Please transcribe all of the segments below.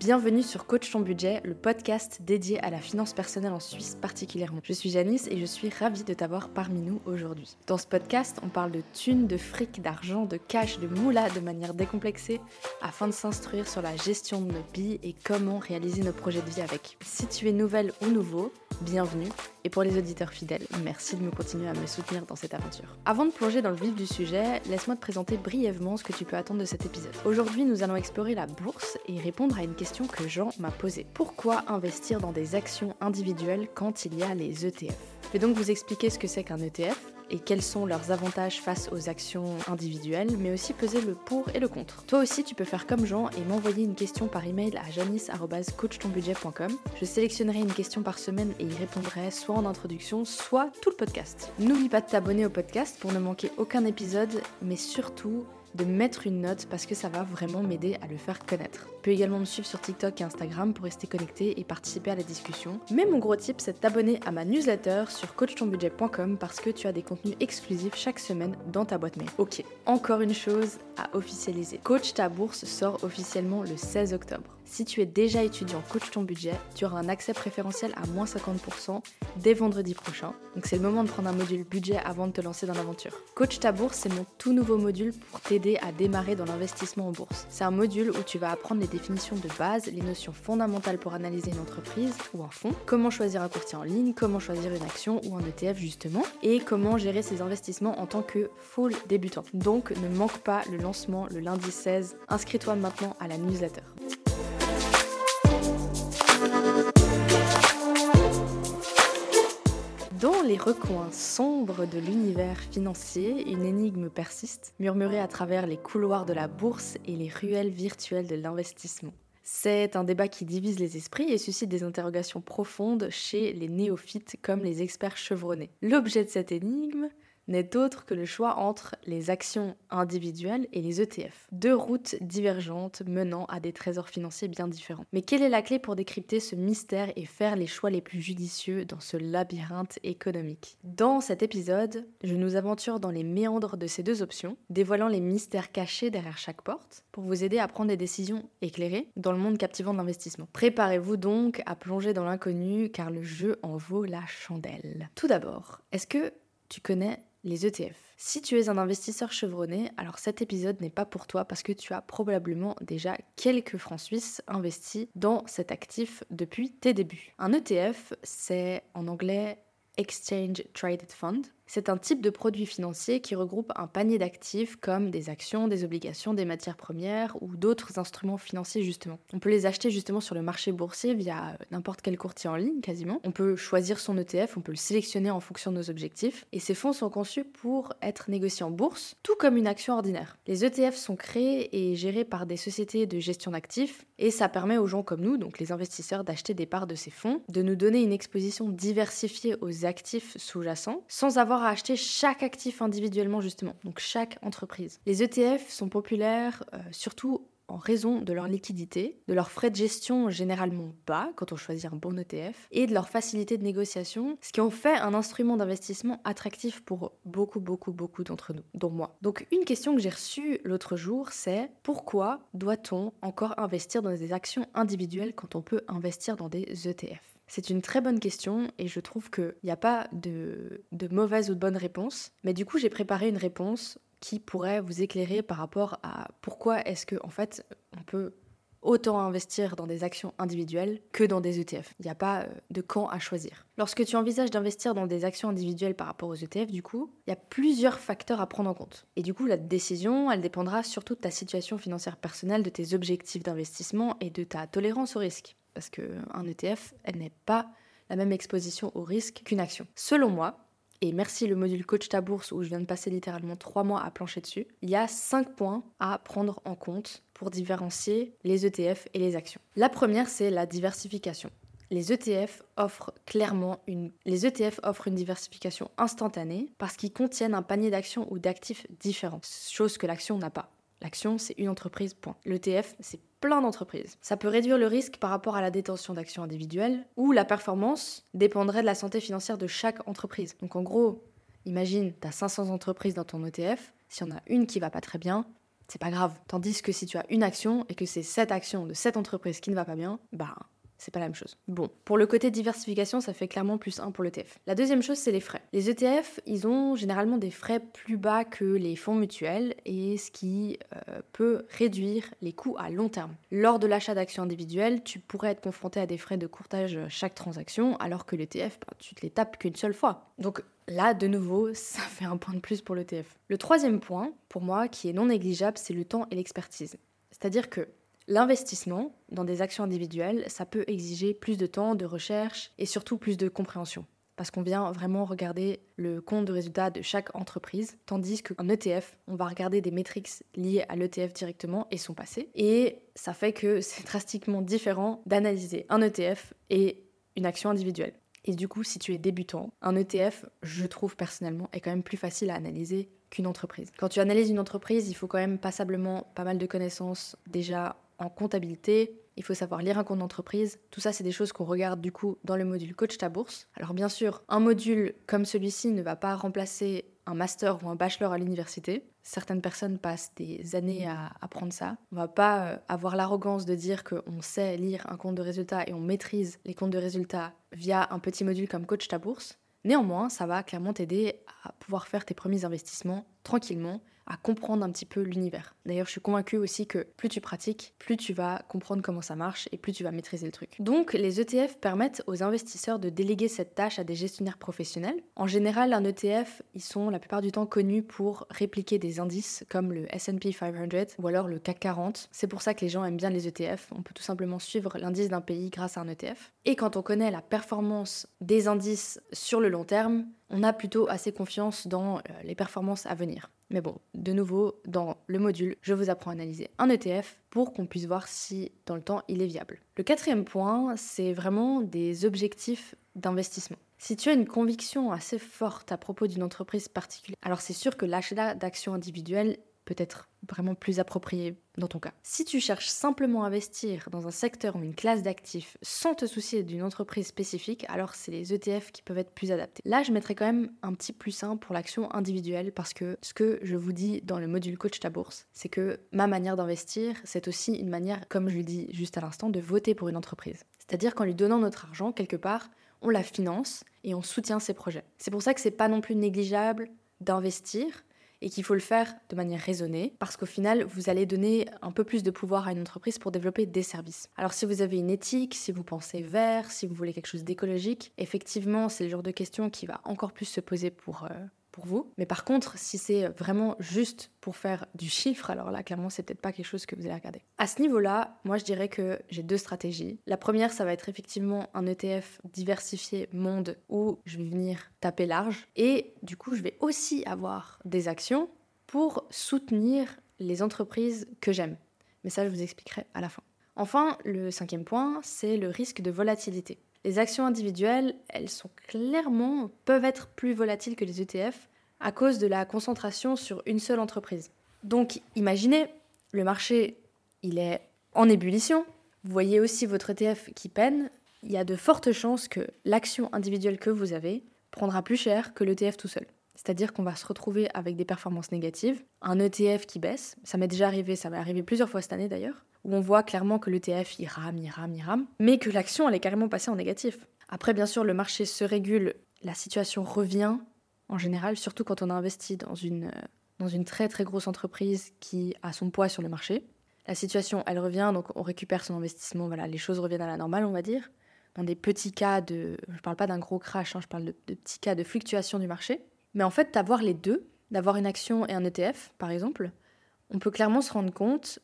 Bienvenue sur Coach ton budget, le podcast dédié à la finance personnelle en Suisse particulièrement. Je suis Janice et je suis ravie de t'avoir parmi nous aujourd'hui. Dans ce podcast, on parle de thunes, de fric, d'argent, de cash, de moula de manière décomplexée afin de s'instruire sur la gestion de nos billes et comment réaliser nos projets de vie avec. Si tu es nouvelle ou nouveau, bienvenue. Et pour les auditeurs fidèles, merci de me continuer à me soutenir dans cette aventure. Avant de plonger dans le vif du sujet, laisse-moi te présenter brièvement ce que tu peux attendre de cet épisode. Aujourd'hui, nous allons explorer la bourse et répondre à une question que Jean m'a posée. Pourquoi investir dans des actions individuelles quand il y a les ETF ? Je vais donc vous expliquer ce que c'est qu'un ETF et quels sont leurs avantages face aux actions individuelles, mais aussi peser le pour et le contre. Toi aussi, tu peux faire comme Jean et m'envoyer une question par email à janice@coachtonbudget.com. Je sélectionnerai une question par semaine et y répondrai soit en introduction, soit tout le podcast. N'oublie pas de t'abonner au podcast pour ne manquer aucun épisode, mais surtout de mettre une note parce que ça va vraiment m'aider à le faire connaître. Tu peux également me suivre sur TikTok et Instagram pour rester connecté et participer à la discussion. Mais mon gros tip, c'est de t'abonner à ma newsletter sur coachtonbudget.com parce que tu as des contenus exclusifs chaque semaine dans ta boîte mail. Ok, encore une chose à officialiser. Coach ta bourse sort officiellement le 16 octobre. Si tu es déjà étudiant Coach ton budget, tu auras un accès préférentiel à moins 50% dès vendredi prochain. Donc c'est le moment de prendre un module budget avant de te lancer dans l'aventure. Coach ta bourse, c'est mon tout nouveau module pour t'aider à démarrer dans l'investissement en bourse. C'est un module où tu vas apprendre les définitions de base, les notions fondamentales pour analyser une entreprise ou un fonds, comment choisir un courtier en ligne, comment choisir une action ou un ETF justement, et comment gérer ses investissements en tant que full débutant. Donc ne manque pas le lancement le lundi 16. Inscris-toi maintenant à la newsletter. Dans les recoins sombres de l'univers financier, une énigme persiste, murmurée à travers les couloirs de la bourse et les ruelles virtuelles de l'investissement. C'est un débat qui divise les esprits et suscite des interrogations profondes chez les néophytes comme les experts chevronnés. L'objet de cette énigme n'est autre que le choix entre les actions individuelles et les ETF. Deux routes divergentes menant à des trésors financiers bien différents. Mais quelle est la clé pour décrypter ce mystère et faire les choix les plus judicieux dans ce labyrinthe économique ? Dans cet épisode, je nous aventure dans les méandres de ces deux options, dévoilant les mystères cachés derrière chaque porte, pour vous aider à prendre des décisions éclairées dans le monde captivant de l'investissement. Préparez-vous donc à plonger dans l'inconnu, car le jeu en vaut la chandelle. Tout d'abord, est-ce que tu connais les ETF. Si tu es un investisseur chevronné, alors cet épisode n'est pas pour toi parce que tu as probablement déjà quelques francs suisses investis dans cet actif depuis tes débuts. Un ETF, c'est en anglais Exchange Traded Fund. C'est un type de produit financier qui regroupe un panier d'actifs comme des actions, des obligations, des matières premières ou d'autres instruments financiers justement. On peut les acheter justement sur le marché boursier via n'importe quel courtier en ligne quasiment. On peut choisir son ETF, on peut le sélectionner en fonction de nos objectifs et ces fonds sont conçus pour être négociés en bourse, tout comme une action ordinaire. Les ETF sont créés et gérés par des sociétés de gestion d'actifs et ça permet aux gens comme nous, donc les investisseurs, d'acheter des parts de ces fonds, de nous donner une exposition diversifiée aux actifs sous-jacents sans avoir à acheter chaque actif individuellement justement, donc chaque entreprise. Les ETF sont populaires surtout en raison de leur liquidité, de leurs frais de gestion généralement bas quand on choisit un bon ETF, et de leur facilité de négociation, ce qui en fait un instrument d'investissement attractif pour beaucoup d'entre nous, dont moi. Donc une question que j'ai reçue l'autre jour, c'est pourquoi doit-on encore investir dans des actions individuelles quand on peut investir dans des ETF ? C'est une très bonne question et je trouve qu'il n'y a pas de mauvaise ou de bonne réponse. Mais du coup, j'ai préparé une réponse qui pourrait vous éclairer par rapport à pourquoi est-ce qu'en fait, on peut autant investir dans des actions individuelles que dans des ETF. Il n'y a pas de camp à choisir. Lorsque tu envisages d'investir dans des actions individuelles par rapport aux ETF, du coup, il y a plusieurs facteurs à prendre en compte. Et du coup, la décision, elle dépendra surtout de ta situation financière personnelle, de tes objectifs d'investissement et de ta tolérance au risque. Parce qu'un ETF, elle n'est pas la même exposition au risque qu'une action. Selon moi, et merci le module Coach ta bourse où je viens de passer littéralement 3 mois à plancher dessus, il y a 5 points à prendre en compte pour différencier les ETF et les actions. La première, c'est la diversification. Les ETF offrent une diversification instantanée parce qu'ils contiennent un panier d'actions ou d'actifs différents, chose que l'action n'a pas. L'action, c'est une entreprise, point. L'ETF, c'est plein d'entreprises. Ça peut réduire le risque par rapport à la détention d'actions individuelles, où la performance dépendrait de la santé financière de chaque entreprise. Donc en gros, imagine, tu as 500 entreprises dans ton ETF, s'il y en a une qui va pas très bien, c'est pas grave. Tandis que si tu as une action et que c'est cette action de cette entreprise qui ne va pas bien, c'est pas la même chose. Bon, pour le côté diversification, ça fait clairement +1 pour l'ETF. La deuxième chose, c'est les frais. Les ETF, ils ont généralement des frais plus bas que les fonds mutuels et ce qui peut réduire les coûts à long terme. Lors de l'achat d'actions individuelles, tu pourrais être confronté à des frais de courtage chaque transaction, alors que l'ETF, tu te les tapes qu'une seule fois. Donc là, de nouveau, ça fait un point de plus pour l'ETF. Le troisième point, pour moi, qui est non négligeable, c'est le temps et l'expertise. C'est-à-dire que l'investissement dans des actions individuelles, ça peut exiger plus de temps, de recherche et surtout plus de compréhension. Parce qu'on vient vraiment regarder le compte de résultat de chaque entreprise, tandis qu'un ETF, on va regarder des métriques liées à l'ETF directement et son passé. Et ça fait que c'est drastiquement différent d'analyser un ETF et une action individuelle. Et du coup, si tu es débutant, un ETF, je trouve personnellement, est quand même plus facile à analyser qu'une entreprise. Quand tu analyses une entreprise, il faut quand même passablement pas mal de connaissances déjà en comptabilité, il faut savoir lire un compte d'entreprise. Tout ça, c'est des choses qu'on regarde du coup dans le module Coach ta bourse. Alors bien sûr, un module comme celui-ci ne va pas remplacer un master ou un bachelor à l'université. Certaines personnes passent des années à apprendre ça. On va pas avoir l'arrogance de dire qu'on sait lire un compte de résultats et on maîtrise les comptes de résultats via un petit module comme Coach ta bourse. Néanmoins, ça va clairement t'aider à pouvoir faire tes premiers investissements tranquillement, à comprendre un petit peu l'univers. D'ailleurs, je suis convaincue aussi que plus tu pratiques, plus tu vas comprendre comment ça marche et plus tu vas maîtriser le truc. Donc, les ETF permettent aux investisseurs de déléguer cette tâche à des gestionnaires professionnels. En général, un ETF, ils sont la plupart du temps connus pour répliquer des indices comme le S&P 500 ou alors le CAC 40. C'est pour ça que les gens aiment bien les ETF. On peut tout simplement suivre l'indice d'un pays grâce à un ETF. Et quand on connaît la performance des indices sur le long terme, on a plutôt assez confiance dans les performances à venir. Mais bon, de nouveau, dans le module, je vous apprends à analyser un ETF pour qu'on puisse voir si, dans le temps, il est viable. Le quatrième point, c'est vraiment des objectifs d'investissement. Si tu as une conviction assez forte à propos d'une entreprise particulière, alors c'est sûr que l'achat d'actions individuelles peut être vraiment plus approprié dans ton cas. Si tu cherches simplement à investir dans un secteur ou une classe d'actifs sans te soucier d'une entreprise spécifique, alors c'est les ETF qui peuvent être plus adaptés. Là, je mettrais quand même un petit +1 pour l'action individuelle parce que ce que je vous dis dans le module Coach ta bourse, c'est que ma manière d'investir, c'est aussi une manière, comme je le dis juste à l'instant, de voter pour une entreprise. C'est-à-dire qu'en lui donnant notre argent, quelque part, on la finance et on soutient ses projets. C'est pour ça que c'est pas non plus négligeable d'investir et qu'il faut le faire de manière raisonnée parce qu'au final, vous allez donner un peu plus de pouvoir à une entreprise pour développer des services. Alors si vous avez une éthique, si vous pensez vert, si vous voulez quelque chose d'écologique, effectivement, c'est le genre de question qui va encore plus se poser pour vous. Mais par contre, si c'est vraiment juste pour faire du chiffre, alors là, clairement, c'est peut-être pas quelque chose que vous allez regarder. À ce niveau-là, moi, je dirais que j'ai 2 stratégies. La première, ça va être effectivement un ETF diversifié monde où je vais venir taper large. Et du coup, je vais aussi avoir des actions pour soutenir les entreprises que j'aime. Mais ça, je vous expliquerai à la fin. Enfin, le 5e point, c'est le risque de volatilité. Les actions individuelles, elles peuvent être plus volatiles que les ETF à cause de la concentration sur une seule entreprise. Donc imaginez, le marché, il est en ébullition, vous voyez aussi votre ETF qui peine, il y a de fortes chances que l'action individuelle que vous avez prendra plus cher que l'ETF tout seul. C'est-à-dire qu'on va se retrouver avec des performances négatives, un ETF qui baisse, ça m'est déjà arrivé, ça m'est arrivé plusieurs fois cette année d'ailleurs, où on voit clairement que l'ETF il rame, mais que l'action elle est carrément passée en négatif. Après bien sûr le marché se régule, la situation revient en général, surtout quand on a investi dans une très très grosse entreprise qui a son poids sur le marché. La situation elle revient, donc on récupère son investissement, voilà, les choses reviennent à la normale on va dire. Dans des petits cas je parle pas d'un gros crash, je parle de petits cas de fluctuation du marché. Mais en fait d'avoir les deux, d'avoir une action et un ETF par exemple, on peut clairement se rendre compte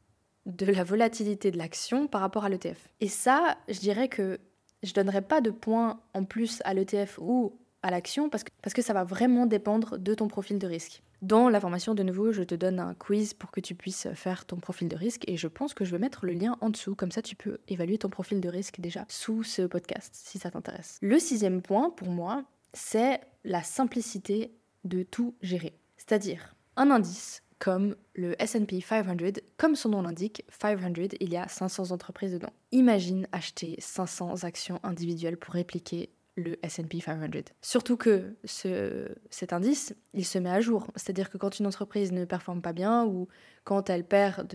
de la volatilité de l'action par rapport à l'ETF. Et ça, je dirais que je donnerais pas de points en plus à l'ETF ou à l'action parce que ça va vraiment dépendre de ton profil de risque. Dans la formation, de nouveau, je te donne un quiz pour que tu puisses faire ton profil de risque et je pense que je vais mettre le lien en dessous, comme ça tu peux évaluer ton profil de risque déjà sous ce podcast si ça t'intéresse. Le 6e point pour moi, c'est la simplicité de tout gérer. C'est-à-dire un indice comme le S&P 500, comme son nom l'indique, 500, il y a 500 entreprises dedans. Imagine acheter 500 actions individuelles pour répliquer le S&P 500. Surtout que cet indice, il se met à jour. C'est-à-dire que quand une entreprise ne performe pas bien ou quand elle perd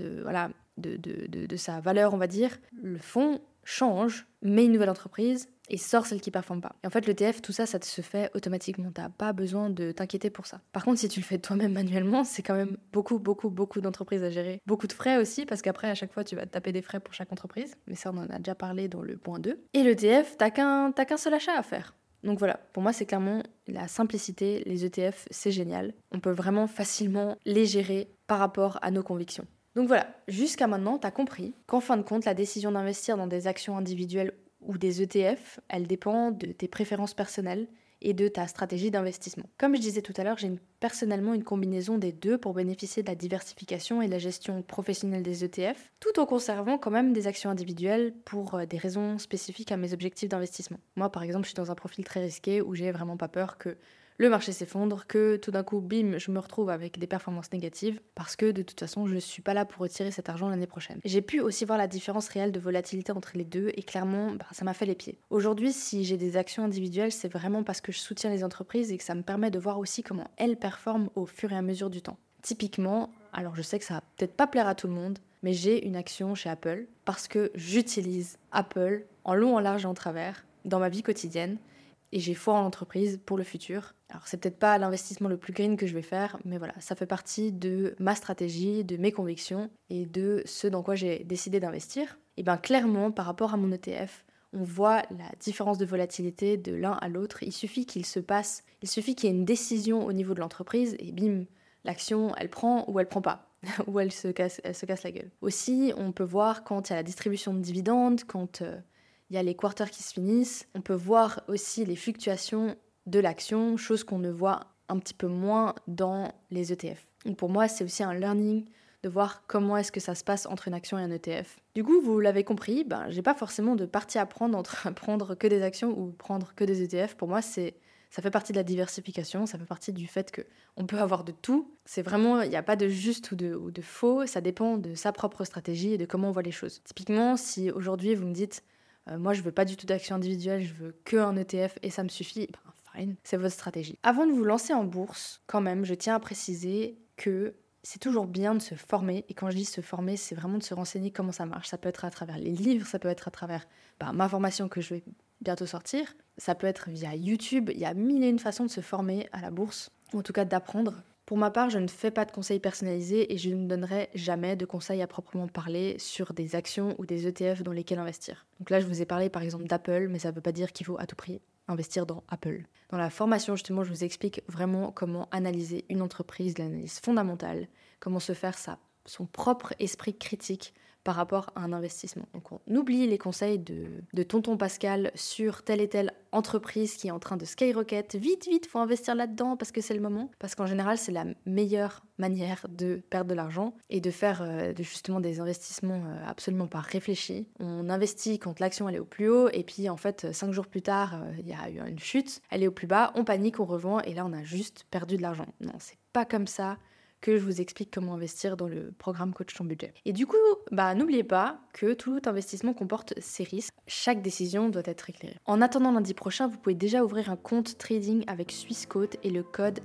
de sa valeur, on va dire, le fonds change, met une nouvelle entreprise et sort celle qui performe pas. Et en fait, l'ETF, tout ça, ça se fait automatiquement. T'as pas besoin de t'inquiéter pour ça. Par contre, si tu le fais toi-même manuellement, c'est quand même beaucoup d'entreprises à gérer. Beaucoup de frais aussi, parce qu'après, à chaque fois, tu vas te taper des frais pour chaque entreprise. Mais ça, on en a déjà parlé dans le point 2. Et l'ETF, t'as qu'un seul achat à faire. Donc voilà, pour moi, c'est clairement la simplicité. Les ETF, c'est génial. On peut vraiment facilement les gérer par rapport à nos convictions. Donc voilà, jusqu'à maintenant, tu as compris qu'en fin de compte, la décision d'investir dans des actions individuelles ou des ETF, elle dépend de tes préférences personnelles et de ta stratégie d'investissement. Comme je disais tout à l'heure, j'ai personnellement une combinaison des deux pour bénéficier de la diversification et de la gestion professionnelle des ETF, tout en conservant quand même des actions individuelles pour des raisons spécifiques à mes objectifs d'investissement. Moi, par exemple, je suis dans un profil très risqué où j'ai vraiment pas peur que le marché s'effondre, que tout d'un coup, bim, je me retrouve avec des performances négatives, parce que de toute façon, je ne suis pas là pour retirer cet argent l'année prochaine. J'ai pu aussi voir la différence réelle de volatilité entre les deux, et clairement, ça m'a fait les pieds. Aujourd'hui, si j'ai des actions individuelles, c'est vraiment parce que je soutiens les entreprises et que ça me permet de voir aussi comment elles performent au fur et à mesure du temps. Typiquement, alors je sais que ça va peut-être pas plaire à tout le monde, mais j'ai une action chez Apple, parce que j'utilise Apple en long, en large et en travers dans ma vie quotidienne, et j'ai foi en l'entreprise pour le futur. Alors c'est peut-être pas l'investissement le plus green que je vais faire, mais voilà, ça fait partie de ma stratégie, de mes convictions et de ce dans quoi j'ai décidé d'investir. Et bien clairement, par rapport à mon ETF, on voit la différence de volatilité de l'un à l'autre. Il suffit qu'il y ait une décision au niveau de l'entreprise et bim, l'action, elle prend ou elle prend pas. Ou elle se casse la gueule. Aussi, on peut voir quand il y a la distribution de dividendes, quand il y a les quarters qui se finissent. On peut voir aussi les fluctuations de l'action, chose qu'on ne voit un petit peu moins dans les ETF. Donc pour moi, c'est aussi un learning de voir comment est-ce que ça se passe entre une action et un ETF. Du coup, vous l'avez compris, j'ai pas forcément de parti à prendre entre prendre que des actions ou prendre que des ETF. Pour moi, ça fait partie de la diversification, ça fait partie du fait qu'on peut avoir de tout. C'est vraiment, il n'y a pas de juste ou de faux, ça dépend de sa propre stratégie et de comment on voit les choses. Typiquement, si aujourd'hui vous me dites moi je veux pas du tout d'action individuelle, je veux que un ETF et ça me suffit, fine, c'est votre stratégie. Avant de vous lancer en bourse, quand même, je tiens à préciser que c'est toujours bien de se former, et quand je dis se former, c'est vraiment de se renseigner comment ça marche. Ça peut être à travers les livres, ça peut être à travers ma formation que je vais bientôt sortir, ça peut être via YouTube, il y a mille et une façons de se former à la bourse, ou en tout cas d'apprendre. Pour ma part, je ne fais pas de conseils personnalisés et je ne donnerai jamais de conseils à proprement parler sur des actions ou des ETF dans lesquels investir. Donc là, je vous ai parlé par exemple d'Apple, mais ça ne veut pas dire qu'il faut à tout prix investir dans Apple. Dans la formation, justement, je vous explique vraiment comment analyser une entreprise, l'analyse fondamentale, comment se faire son propre esprit critique par rapport à un investissement. Donc on oublie les conseils de tonton Pascal sur telle et telle entreprise qui est en train de skyrocket. Vite, faut investir là-dedans parce que c'est le moment. Parce qu'en général, c'est la meilleure manière de perdre de l'argent et de faire justement des investissements absolument pas réfléchis. On investit quand l'action elle est au plus haut et puis en fait 5 jours plus tard, il y a eu une chute, elle est au plus bas, on panique, on revend et là on a juste perdu de l'argent. Non, c'est pas comme ça que je vous explique comment investir dans le programme Coach ton budget. Et du coup, n'oubliez pas que tout investissement comporte ses risques. Chaque décision doit être éclairée. En attendant lundi prochain, vous pouvez déjà ouvrir un compte trading avec Swissquote et le code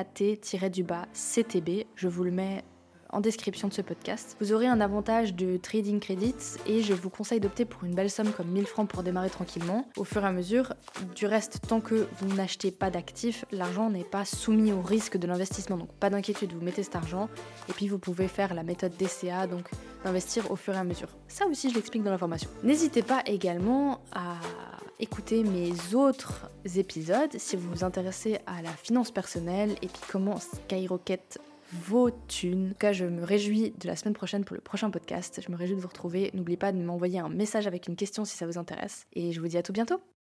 MKT-CTB. Je vous le mets en description de ce podcast. Vous aurez un avantage de trading credits et je vous conseille d'opter pour une belle somme comme 1000 francs pour démarrer tranquillement. Au fur et à mesure, du reste, tant que vous n'achetez pas d'actifs, l'argent n'est pas soumis au risque de l'investissement. Donc pas d'inquiétude, vous mettez cet argent et puis vous pouvez faire la méthode DCA, donc d'investir au fur et à mesure. Ça aussi, je l'explique dans la formation. N'hésitez pas également à écouter mes autres épisodes si vous vous intéressez à la finance personnelle et puis comment skyrocket vos thunes. En tout cas, je me réjouis de la semaine prochaine pour le prochain podcast. Je me réjouis de vous retrouver. N'oubliez pas de m'envoyer un message avec une question si ça vous intéresse. Et je vous dis à tout bientôt.